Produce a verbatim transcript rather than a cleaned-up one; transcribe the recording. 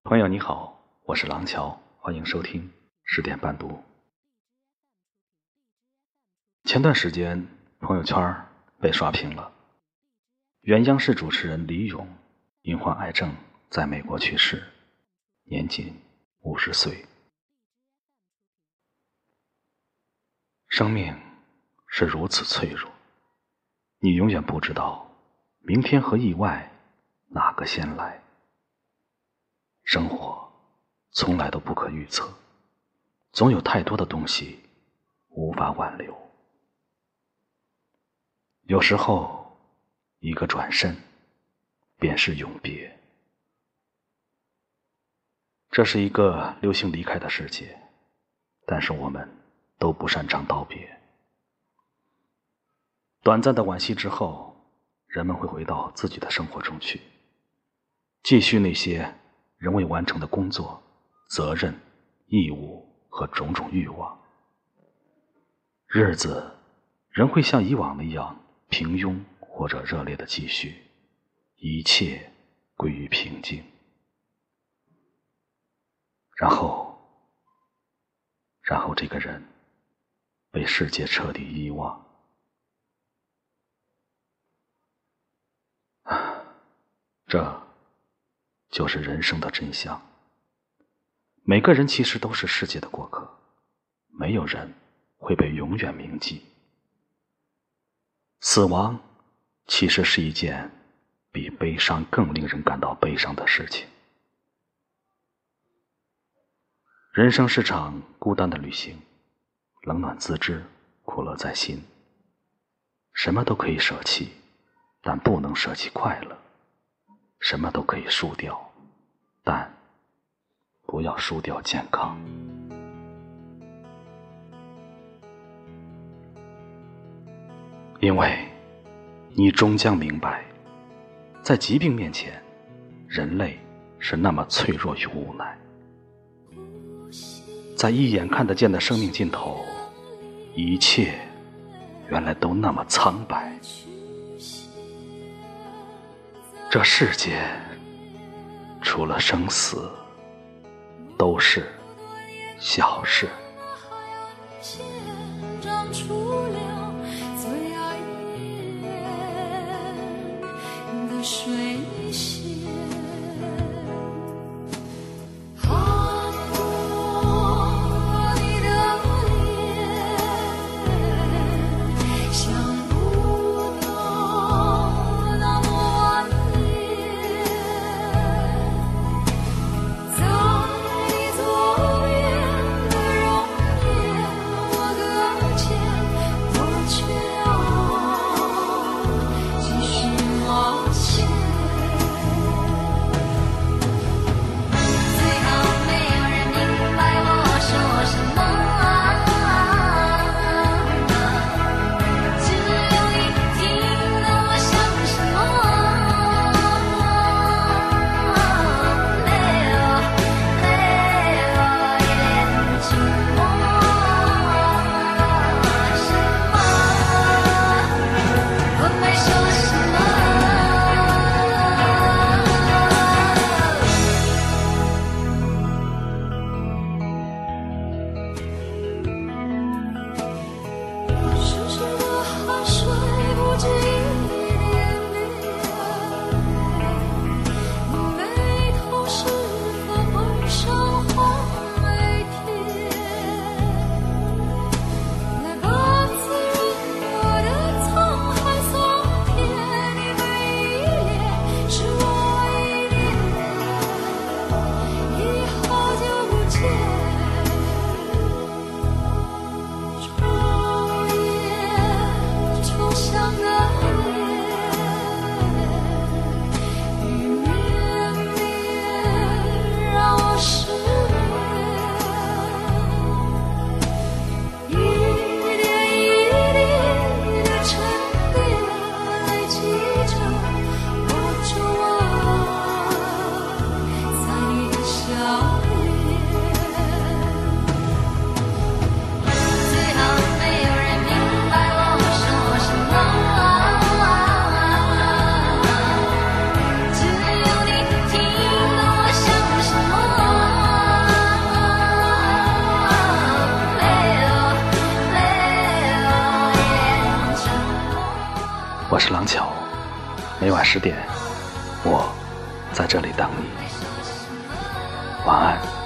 朋友你好，我是廊桥，欢迎收听十点半读。前段时间朋友圈被刷屏了，原央视主持人李咏因患癌症在美国去世，年仅五十岁。生命是如此脆弱，你永远不知道明天和意外哪个先来。生活从来都不可预测，总有太多的东西无法挽留。有时候一个转身便是永别。这是一个流行离开的世界，但是我们都不擅长道别。短暂的惋惜之后，人们会回到自己的生活中去，继续那些仍未完成的工作、责任、义务和种种欲望。日子仍会像以往那样平庸或者热烈的继续，一切归于平静。然后，然后这个人被世界彻底遗忘。啊，这就是人生的真相。每个人其实都是世界的过客，没有人会被永远铭记。死亡其实是一件比悲伤更令人感到悲伤的事情。人生是场孤单的旅行，冷暖自知，苦乐在心。什么都可以舍弃，但不能舍弃快乐。什么都可以输掉，但不要输掉健康。因为你终将明白，在疾病面前，人类是那么脆弱与无奈。在一眼看得见的生命尽头，一切原来都那么苍白。这世界除了生死都是小事。 我是廊桥，每晚十点，我在这里等你。晚安。